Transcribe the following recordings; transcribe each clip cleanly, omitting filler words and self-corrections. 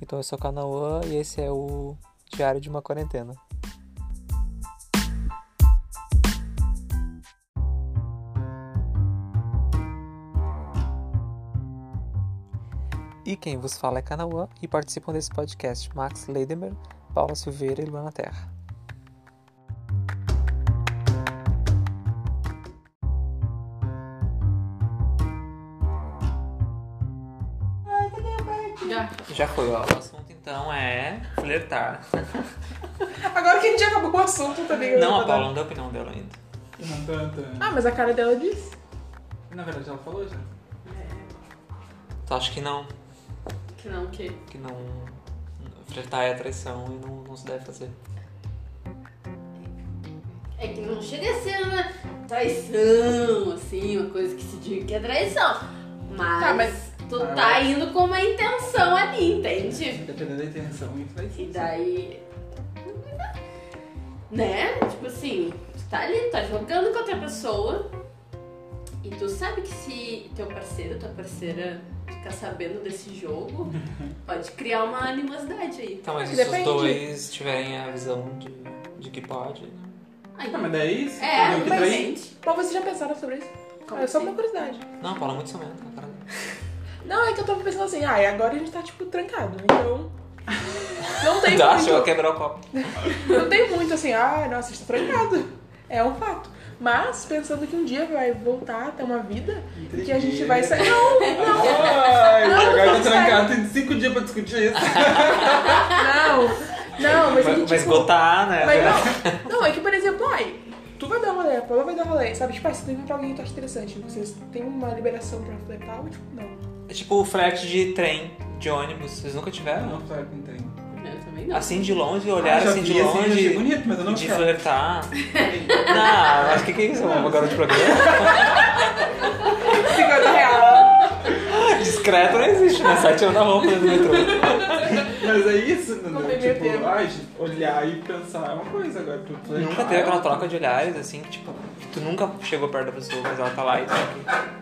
Então eu sou o Cauã e esse é o Diário de uma Quarentena. E quem vos fala é Cauã e participam desse podcast Max Leidemer, Paula Silveira e Luana Terra. Já foi, ó. O assunto então é flertar. Agora que a gente acabou o assunto, tá ligado? Não, a Paula não deu a opinião dela ainda. Não tanto. Ah, mas a cara dela disse. Na verdade ela falou já. Tu acha que não? Que não, o quê? Que não... Flertar é traição e não se deve fazer. É que não chega a ser uma traição, assim, uma coisa que se diz que é traição. Mas tu tá indo com uma intenção ali, entende? Dependendo da intenção, isso vai ser. E daí... Né? Tipo assim, tu tá ali, tu tá jogando com outra pessoa e tu sabe que se teu parceiro, tua parceira ficar sabendo desse jogo, pode criar uma animosidade aí. Então, mas se Depende. os dois tiverem a visão de que pode, né? Aí, Mas daí isso. é, Entendeu? Que daí- realmente. Mas vocês já pensaram sobre isso? Como É só assim? uma curiosidade. Não, a Paula é muito ciumenta, cara. Não, é que eu tava pensando assim, agora a gente tá, tipo, trancado. Então... Não tem Tá, muito. chegou a quebrar o copo. Não tem muito assim, nossa, está trancado. É um fato. Mas, pensando que um dia vai voltar a ter uma vida e que a gente vai sair... Não, Ai, Não, agora não tá trancado, tem 5 dias pra discutir isso. não, mas é que, Vai tipo... esgotar, né? Não, é que, por exemplo, tu vai dar rolê, a Paula vai dar rolê, sabe? Tipo, você tem que encontrar alguém que tu acha interessante. Vocês têm uma liberação pra flertar ou, tipo, não? É tipo o flerte de trem, de ônibus. Vocês nunca tiveram? Não, claro que não tem. Eu também não. Assim de longe, olhar já assim de vi, assim, eu longe achei bonito, mas eu não de quero. flertar. Não, mas o que é isso? Uma garota de programa? 50 reais. Discreto não existe, né? Sai tirando a roupa do metrô. Mas é isso, Não entendeu? tem meio Tipo, termo. olhar e pensar é uma coisa, agora tu flertar Nunca teve é aquela outra. troca de olhares, assim, que tipo, tu nunca chegou perto da pessoa, mas ela tá lá e tá aqui.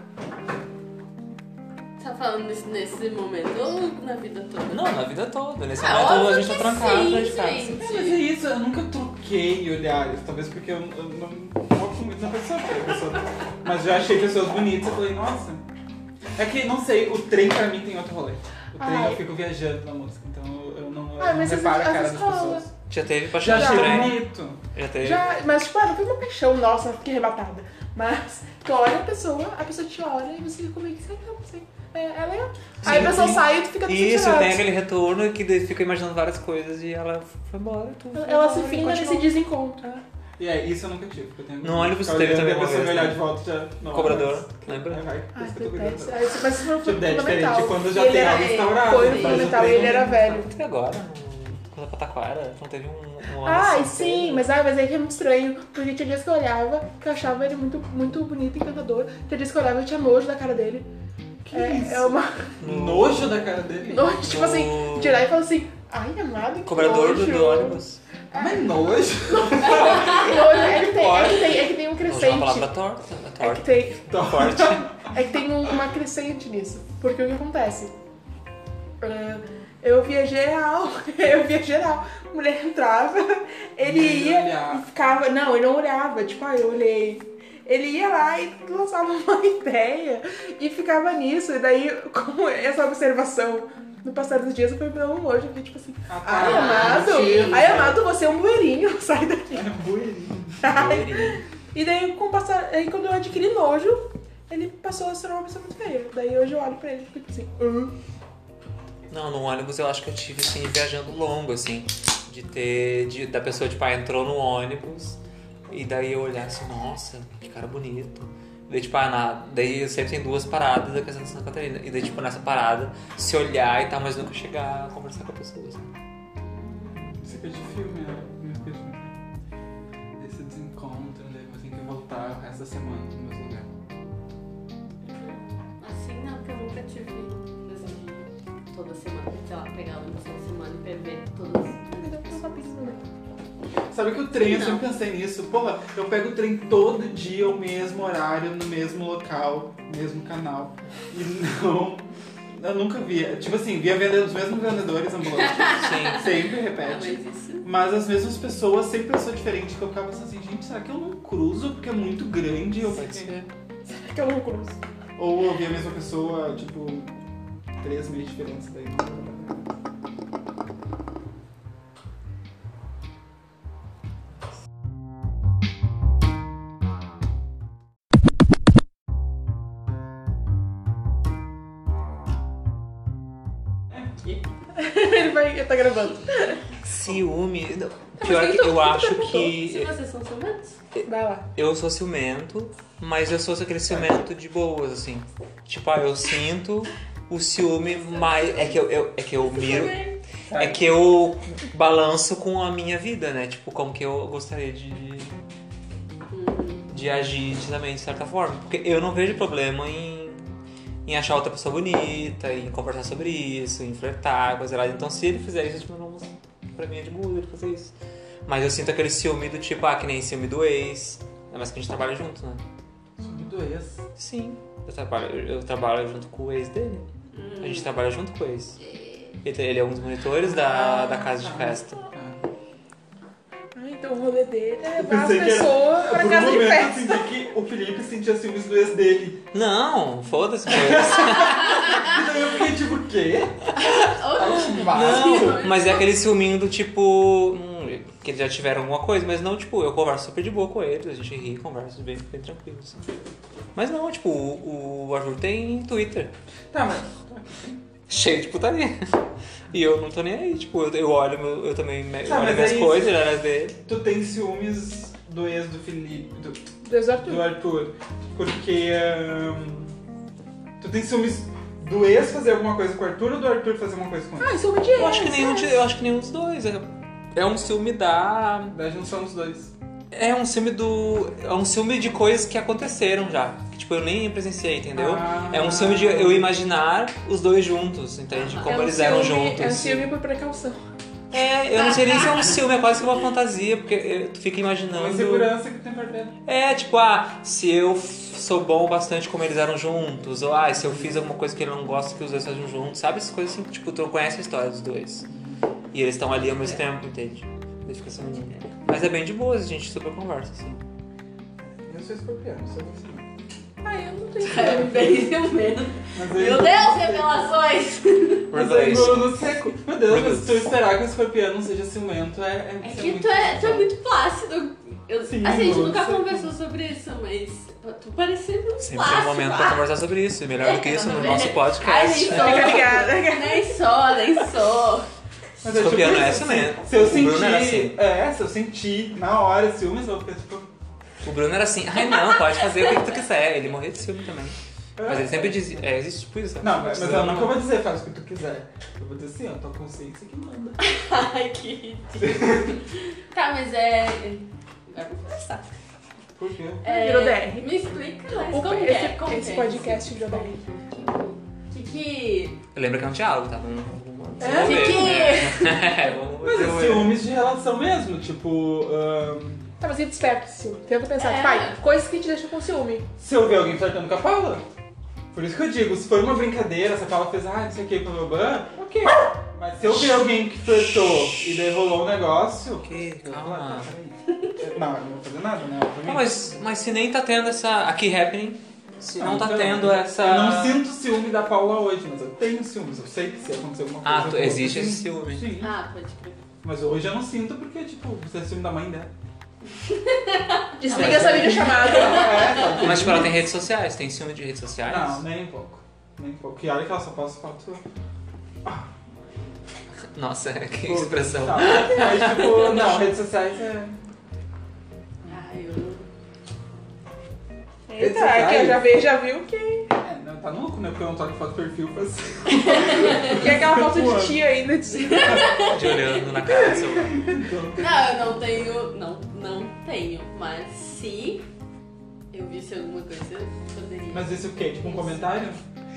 Tá falando nesse momento ou na vida toda? Não, na vida toda. Nesse Ah, momento óbvio a gente tá que trancado sim, dentro de casa. gente. Mas é isso, eu nunca troquei olhares, talvez porque eu não foco muito na pessoa, mas já achei pessoas bonitas e falei, nossa. É que, não sei, o trem pra mim tem outro rolê. O trem eu fico viajando na música, então eu não Mas reparo a cara das escola. pessoas. Já teve paixão Já de achei trem? bonito. Já teve? Mas, tipo, não foi uma paixão, nossa, fiquei arrebatada. Mas, tu olha a pessoa te olha e você fica meio que assim, é legal. Aí a pessoa sim. sai e tu fica Isso, decepcionado. tem aquele retorno que daí fica imaginando várias coisas e ela foi embora. Tu foi Ela embora se e finda continuou. nesse desencontro. E isso eu nunca tive, porque eu tenho No ônibus ficar teve olhando também e a uma pessoa me vez, olhar né? de volta já... Não, Cobrador, mas- lembra? Vai, por isso que eu tô Detesto. cuidando. Mas foi Tipo, é fundamental. diferente quando já Ele tem era- algo instaurado. Foi mas o fundamental e trem ele era não- velho. Até agora, quando a Pataquara, não teve um ano Ai, assim, sim, teve. mas é que é muito estranho. Porque tinha dias que eu olhava, que eu achava ele muito, muito bonito e encantador. Tinha dias que eu olhava e eu tinha nojo da cara dele. É uma. Nojo da cara dele. Nojo, tipo assim, tirar e falar assim, ai, amado, que Cobrador nojo. do ônibus. Mas nojo. Nojo, é que tem um Não, crescente. é uma palavra torta. É que Torta. tem. Forte. É que tem uma crescente nisso. Porque o que acontece? Eu via geral. A mulher entrava, ele Ele ia olhava. e ficava. Não, ele não olhava. Tipo, eu olhei. Ele ia lá e lançava uma ideia e ficava nisso. E daí, com essa observação, no passar dos dias, eu fui me dando um nojo. Eu fiquei tipo assim, ai, amado, mentira, ai, amado, você é um bueirinho, sai daqui. É bueirinho. E daí, aí quando eu adquiri nojo, ele passou a ser uma pessoa muito feia. Daí hoje eu olho pra ele e fico assim, Não, no ônibus eu acho que eu tive, assim, viajando longo, assim. Da pessoa, tipo, entrou no ônibus e daí eu olhar assim, nossa, que cara bonito. Daí, tipo, daí sempre tem 2 paradas da Casa de Santa Catarina. E daí, tipo, nessa parada, se olhar e tal, mas nunca chegar a conversar com a pessoa, assim. Isso aqui é de filme, né? Esse desencontro, daí você tem que voltar o resto da semana no mesmo lugar. Assim não, porque eu nunca tive assim, de toda semana, sei lá, pegar uma toda semana e perder todas. Sabe que o trem, eu Não. sempre pensei nisso. Porra, eu pego o trem todo dia, o mesmo horário, no mesmo local, mesmo canal. E Eu nunca via. Tipo assim, via os mesmos vendedores ambulantes. Sim. Sempre Ah, repete. mas isso... Mas as mesmas pessoas, sempre pessoa diferente, que eu ficava assim, gente, será que eu não cruzo porque é muito grande? Eu Pode fiquei... ser. Que eu não cruzo. Ou eu vi a mesma pessoa, tipo, 3 meses diferentes daí. Ele tá gravando. Ciúme. Não, mas pior quem que tu- eu quem tu acho perguntou? Se que. vocês são ciumentos? Vai lá. Eu sou ciumento, mas eu sou aquele ciumento de boas, assim. Tipo, eu sinto o ciúme, mas é que eu miro. É que eu balanço com a minha vida, né? Tipo, como que eu gostaria de agir também, de certa forma. Porque eu não vejo problema em achar outra pessoa bonita, em conversar sobre isso, em flertar, coisa lá. Então, se ele fizer isso, tipo, não, pra mim é de boa ele fazer isso. Mas eu sinto aquele ciúme do tipo, que nem ciúme do ex. É mais que a gente trabalha junto, né? Ciúme do ex. Sim. Eu trabalho junto com o ex dele. A gente trabalha junto com o ex. Ele é um dos monitores da casa de festa. Ah, então o rolê dele é Eu levar as pensei que era, pessoas pra por um casa de momento eu festa. senti que o Felipe sentia ciúmes do ex dele. Não, foda-se, meu ex. E daí eu fiquei tipo, o quê? Acho básico. Não, mas é aquele ciúminho do tipo. Que eles já tiveram alguma coisa, mas não, tipo, eu converso super de boa com eles, a gente ri, conversa bem tranquilo, assim. Mas não, tipo, o Arthur tem Twitter. Tá, mas... Cheio de putaria. E eu não tô nem aí, tipo, eu olho, eu também Tá, olho mas minhas é coisas, isso. ele olha as dele. Tu tem ciúmes do ex do Felipe, Deus Arthur. do Arthur, porque tu tem ciúmes do ex fazer alguma coisa com o Arthur ou do Arthur fazer uma coisa com ele? Ah, isso é uma Eu acho que nenhum dos dois. É um ciúme Da junção dos dois. É um ciúme de coisas que aconteceram já. Que, tipo, eu nem presenciei, entendeu? Ah. É um ciúme de eu imaginar os dois juntos, entende? Como eles eram juntos. É um ciúme por precaução. Eu não sei nem se é um ciúme, é quase que uma fantasia, porque tu fica imaginando. Uma insegurança que tem por dentro. Tipo, se eu sou bom bastante como eles eram juntos, ou se eu fiz alguma coisa que ele não gosta que os dois sejam juntos, sabe? Essas coisas assim, tipo, tu não conhece a história dos dois. E eles estão ali ao mesmo tempo, entende? Ele fica assim, mas é bem de boa, a gente super conversa, assim. Eu sou escorpião, eu sou assim. Eu não tenho É ciúme. bem ciumento. Mas Meu Deus, revelações! Mas aí Revelation. no seco. Meu Deus, mas se tu esperar que o escorpião não seja ciumento, É ser que muito tu é difícil. muito plácido. Sim, A gente eu nunca sei. conversou sobre isso, mas tu parece muito Sempre plácido. tem um momento pra conversar sobre isso. E melhor do que isso no nosso Ai, podcast. nem sou. Fica ligada. Nem sou. Mas é Escorpião tipo, não é ciumento. se eu O Bruno sentir. era assim. Se eu sentir na hora ciúmes, eu vou ficar tipo. O Bruno era assim, não, pode fazer o que tu quiser. Ele morria de ciúme também. Mas ele sempre dizia, existe tipo isso. Não, mas Precisa eu nunca vou dizer, faz o que tu quiser. Eu vou dizer assim, ó, tua consciência que manda. Ai, que ridículo. Tá, mas Agora vamos começar. Por quê? Virou DR. Me explica mais Opa, como esse, é. Como esse é? podcast virou DR. Que... Lembra que é um diálogo, tá? Mas é ciúmes de relação mesmo, tipo. Tá, mas e desperta esse ciúme. Tenta pensar, É. tipo, coisas que te deixam com ciúme. Se eu ver alguém flertando com a Paula. Por isso que eu digo, se for uma brincadeira, se a Paula fez, não sei o que, blá, ok. Mas se eu ver alguém que flertou e daí rolou um negócio. Ok, eu vou calma. falar, peraí. Não, eu não vou fazer nada, né? Não, Obviamente. mas se nem tá tendo essa. Aqui happening, se não tá então, tendo essa. Eu não sinto ciúme da Paula hoje, mas eu tenho ciúmes. Eu sei que se acontecer alguma coisa. eu vou- existe esse ciúme. Sim. Ah, pode crer. Mas hoje eu não sinto porque, tipo, você é ciúme da mãe dela. Desliga essa videochamada. Tá Mas tipo, ela tem redes sociais, tem ciúme de redes sociais? Não, nem um pouco. Nem um pouco. E olha que ela só posta foto. Nossa, que expressão. Tá. Mas, tipo, não, redes sociais é. Ah, eu... Eita, é que eu já viu que Não, tá louco, né? Porque eu não toco foto perfil faz. é aquela foto de tia ainda de cima. De olhando na cara do celular. Não, eu não tenho... Não tenho. Mas se eu visse alguma coisa, eu poderia... Mas isso o quê? Tipo um comentário?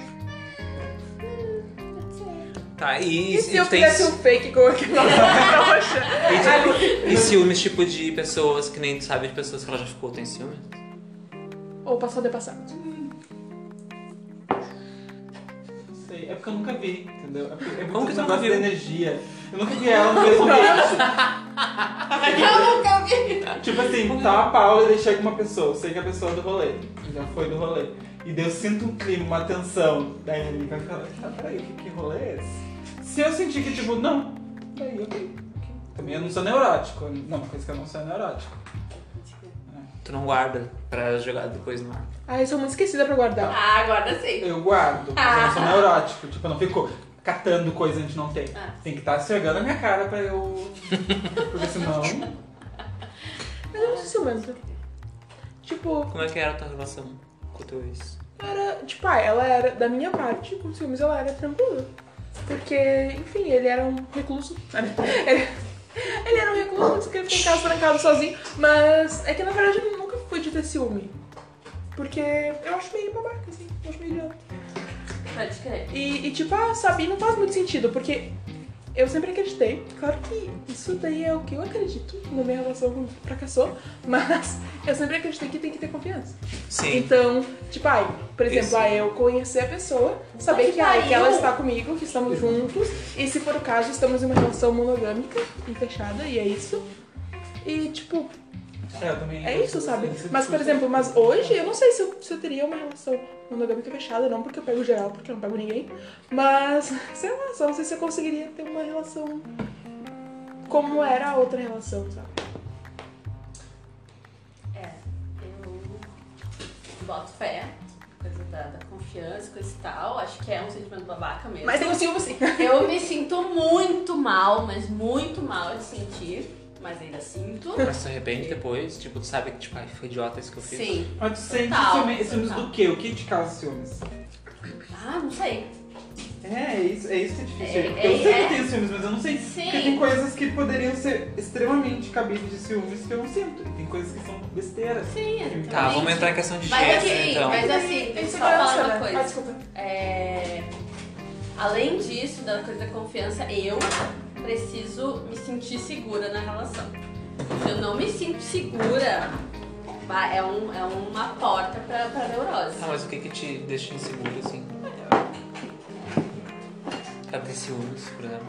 Tá, E se eu tem. fizesse um fake com aquela roxa? E ciúmes tipo de pessoas que nem tu sabe de pessoas que ela já ficou, tem ciúme? Ou passado é passado. Não sei. é porque eu nunca vi, entendeu? É porque Como que tu nunca negócio viu? de energia. Eu nunca vi ela no mesmo ambiente. Eu nunca vi. Tipo assim, tá a Paula e daí chega uma pessoa, eu sei que é a pessoa do rolê, já foi do rolê. E daí eu sinto um clima, uma tensão. Daí ele vai falar, peraí, que rolê é esse? Se eu sentir que, tipo, não, daí ok. Também eu não sou neurótico. Não, uma coisa que eu não sou é neurótico. Tu não guarda pra jogar depois no ar. Ah, eu sou muito esquecida pra guardar. Ah, agora sim. Eu guardo, mas eu não sou neurótico. Tipo, eu não fico catando coisa que a gente não tem. Ah. Tem que estar esfregando a minha cara pra eu... Porque senão... Mas eu não sou ciumenta. Tipo, Como é que era a tua relação com o teu ex? era. Tipo, ela era. Da minha parte, com ciúmes, ela era tranquila. Porque, enfim, ele era um recluso. Ele era um recluso, que ele ficou em casa trancado sozinho. Mas é que na verdade eu nunca fui de ter ciúme. Porque eu acho meio babaca, assim. Eu acho meio idiota. Pode crer. E tipo, sabe, não faz muito sentido, porque eu sempre acreditei, claro que isso daí é o que eu acredito na minha relação com fracassou, mas eu sempre acreditei que tem que ter confiança. Sim. Então, tipo, por exemplo, Isso. eu conhecer a pessoa, saber Mas que daí ela eu- está comigo, que estamos juntos, e se for o caso, estamos em uma relação monogâmica e fechada, e é isso. E tipo, eu também... é isso, sabe? Mas, por exemplo, mas hoje eu não sei se eu teria uma relação monogâmica fechada, não porque eu pego geral, porque eu não pego ninguém, mas, sei lá, só não sei se eu conseguiria ter uma relação como era a outra relação, sabe? Eu boto fé, coisa da confiança, coisa e tal. Acho que é um sentimento babaca mesmo. Mas tem um ciúme sim. Eu me sinto muito mal, mas muito mal de sentir, mas ainda sinto. Mas tu arrepende depois? Tipo, tu sabe que tipo, ai, foi idiota isso que eu fiz? Sim. Mas tu sente Total, ciúmes total. do quê? O que te causa ciúmes? Ah, não sei. É isso que é difícil. É, Eu sei é. que tenho ciúmes, mas eu não sei. Sim. Porque tem coisas que poderiam ser extremamente cabíveis de ciúmes que eu não sinto. E tem coisas que são besteiras. Sim, exatamente. Tá, vamos entrar em questão de Mas gênero, assim, então. mas assim, Tem deixa eu só segurança, falar uma né? coisa. Ah, desculpa. Além disso, da coisa da confiança, eu preciso me sentir segura na relação. Se eu não me sinto segura, é uma porta pra neurose. Ah, mas o que te deixa inseguro, assim? Pra ter ciúmes, por exemplo.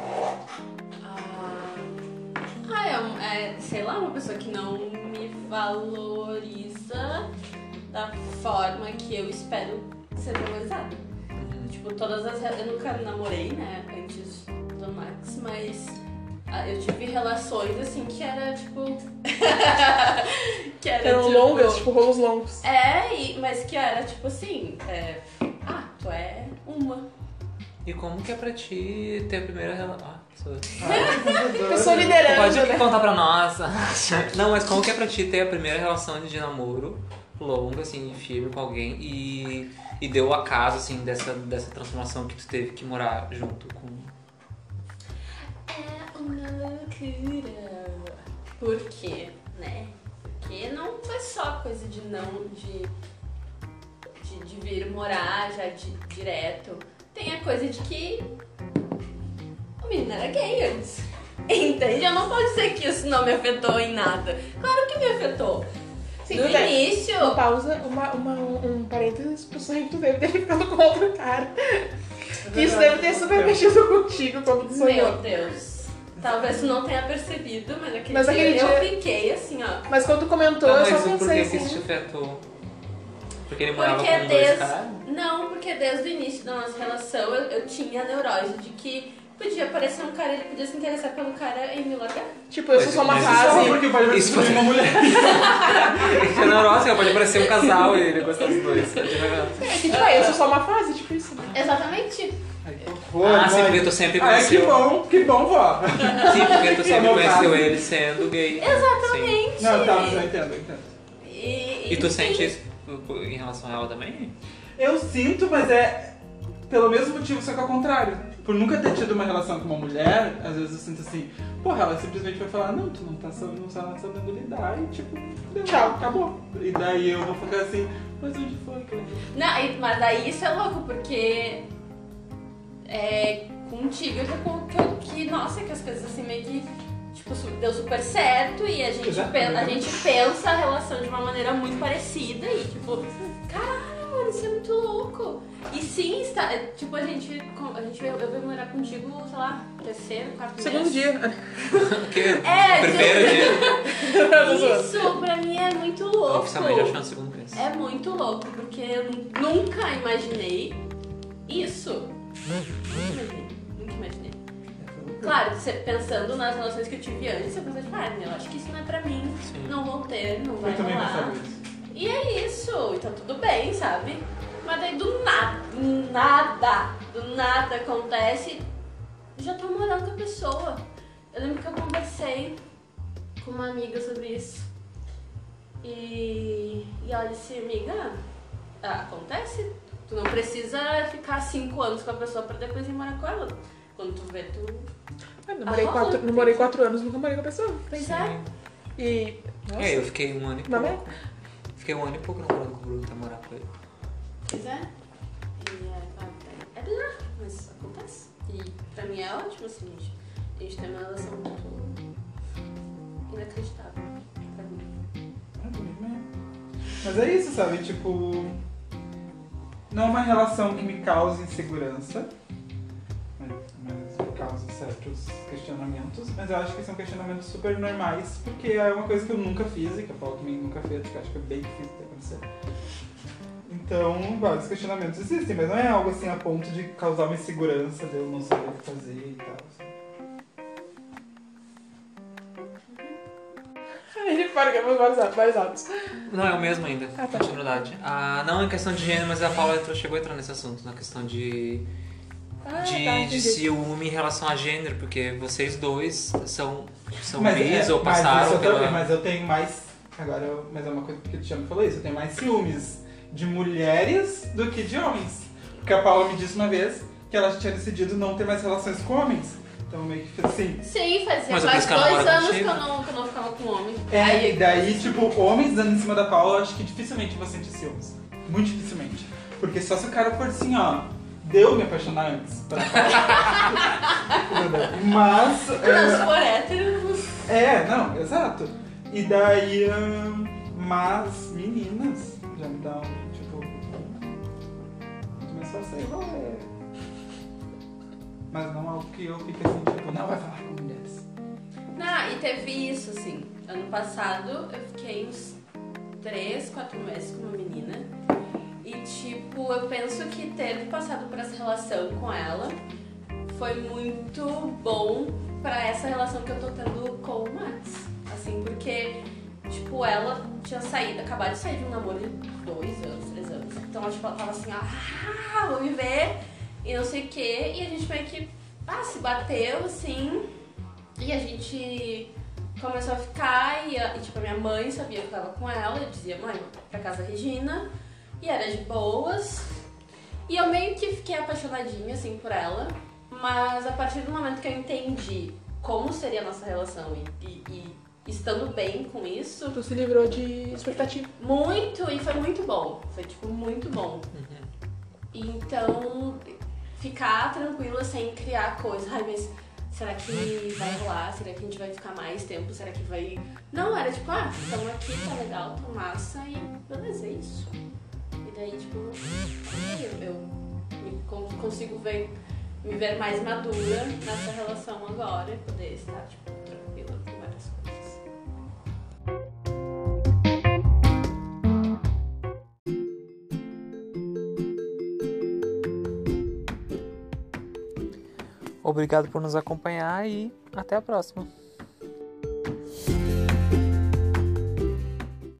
Sei lá, uma pessoa que não me valoriza da forma que eu espero ser valorizada. Tipo, eu nunca namorei, né, antes do Max, mas eu tive relações assim que era tipo. que era Eram tipo, longas, tipo rolos longos. mas que era tipo assim, tu é uma. E como que é pra ti ter a primeira relação? Pessoa liderando, Pode né? contar pra nós. Não, mas como que é pra ti ter a primeira relação de namoro longa, assim, firme com alguém e deu o acaso, assim, dessa transformação que tu teve que morar junto com... É uma loucura. Por quê, né? Porque não foi só coisa de vir morar já direto. Tem a coisa de que o menino era gay antes. Entende? Eu não posso dizer que isso não me afetou em nada. Claro que me afetou. Sim, No né? início... Uma pausa, um parênteses pro sonho que tu deve ter ficado com outro cara. Que isso deve ter super mexido contigo quando tu sonhou. Meu Deus. Talvez tu não tenha percebido, mas Mas aquele dia aquele eu fiquei assim, ó. Mas quando tu comentou, Não, eu só mas por pensei que que isso te assim. afetou? Porque ele morava Porque com dois caras? Não, porque desde o início da nossa relação eu tinha a neurose de que podia aparecer um cara, ele podia se interessar pelo cara e me largar. Tipo, eu sou só uma Mas Só fase. porque pode Isso ser uma mulher. Ele tinha neurótica, pode parecer um casal e ele gostar dos dois. É que, tipo, eu sou só uma fase, tipo isso. Exatamente. Ai, que horror, Ah, sim, mãe. porque tu sempre Ai, conheceu... que bom, vó. Sim, porque tu É sempre meu conheceu caso. ele sendo gay. Exatamente. Não, tá, mas eu entendo. E tu sente isso em relação a ela também? Eu sinto, mas é pelo mesmo motivo, só que ao contrário. Por nunca ter tido uma relação com uma mulher, às vezes eu sinto assim, porra, ela simplesmente vai falar, não, tu não tá sabendo lidar e tipo, deu, Tchau. acabou. E daí eu vou ficar assim, mas onde foi que eu... Não, mas daí isso é louco, porque contigo que nossa, que as coisas assim meio que tipo, deu super certo e a gente Exatamente. pensa a relação de uma maneira muito parecida e tipo, caralho, amor, isso é muito louco. E sim, está, tipo, a gente veio morar contigo, sei lá, terceiro, quarto mês. Segundo dia. Primeiro dia. Isso, pra mim é muito louco. Oficialmente acho que é no segundo mês. É muito louco, porque eu nunca imaginei isso. Nunca imaginei. Claro, pensando nas relações que eu tive antes, eu pensei, eu acho que isso não é pra mim, Sim. não vou ter, não vai Eu também rolar. pensava isso. E é isso, então tudo bem, sabe? Mas daí do nada acontece, já tô morando com a pessoa. Eu lembro que eu conversei com uma amiga sobre isso. E ela disse, amiga, acontece? Tu não precisa ficar 5 anos com a pessoa pra depois ir morar com ela. Quando tu vê, tu... Namorei 4 anos, nunca morei com a pessoa. Pois é. E... Nossa. Eu fiquei 1 ano e Mamãe? pouco. Fiquei 1 ano e pouco namorando com o Bruno até morar com ele. Pois é. E é bizarro, mas acontece. E pra mim é ótimo, assim, gente. A gente tem uma relação muito inacreditável pra mim. É bonito mesmo. Mas é isso, sabe? Tipo, não é uma relação que me cause insegurança, mas me causa certos questionamentos, mas eu acho que são questionamentos super normais, porque é uma coisa que eu nunca fiz e que a Paula também nunca fez, que eu acho que é bem difícil de acontecer. Então, vários questionamentos existem, mas não é algo assim a ponto de causar uma insegurança de eu não saber o que fazer e tal. Assim. Ele para que eu vários atos. Não, é o mesmo ainda, Ah, tá. continuidade. Não em questão de gênero, mas a Paula chegou a entrar nesse assunto, na questão de entendi. ciúme em relação a gênero, porque vocês dois são Mas bis é, ou passaram mas pela... mas eu tenho mais. Mas é uma coisa que o Tiago falou isso, eu tenho mais ciúmes de mulheres do que de homens. Porque a Paula me disse uma vez que ela tinha decidido não ter mais relações com homens. Então meio que fez assim. Sim, fazia Mas quase eu 2 anos contigo. que eu não ficava com homem. E daí, tipo, homens dando em cima da Paula, eu acho que dificilmente vou sentir ciúmes. Muito dificilmente. Porque só se o cara for assim, ó, deu me apaixonar antes. Pela Paula. Mas. Se for hétero. Não, exato. E daí, mas meninas já me dão, tipo, muito mais fácil aí, rolê. Mas não algo que eu fique assim, tipo, não vai falar com mulheres. Não, e teve isso, assim. Ano passado eu fiquei uns 3, 4 meses com uma menina. E, tipo, eu penso que ter passado por essa relação com ela foi muito bom pra essa relação que eu tô tendo com o Max. Assim, porque, tipo, ela tinha acabado de sair de um namoro de 2 anos, 3 anos. Então, tipo, ela tava assim, vou viver e não sei o quê. E a gente meio que, se bateu, assim. E a gente começou a ficar e tipo, a minha mãe sabia que eu tava com ela. Eu dizia, mãe, vou pra casa da Regina. E era de boas. E eu meio que fiquei apaixonadinha, assim, por ela. Mas a partir do momento que eu entendi como seria a nossa relação e estando bem com isso... Tu se livrou de expectativa. Muito, e foi muito bom. Foi, tipo, muito bom. Então, ficar tranquila sem criar coisas. Ai, mas será que vai rolar? Será que a gente vai ficar mais tempo? Será que vai... Não, era tipo, estamos aqui, tá legal, tá massa e beleza, é isso. E daí, tipo, eu consigo me ver mais madura nessa relação agora e poder estar, tipo, tranquila com várias coisas. Obrigado por nos acompanhar e até a próxima.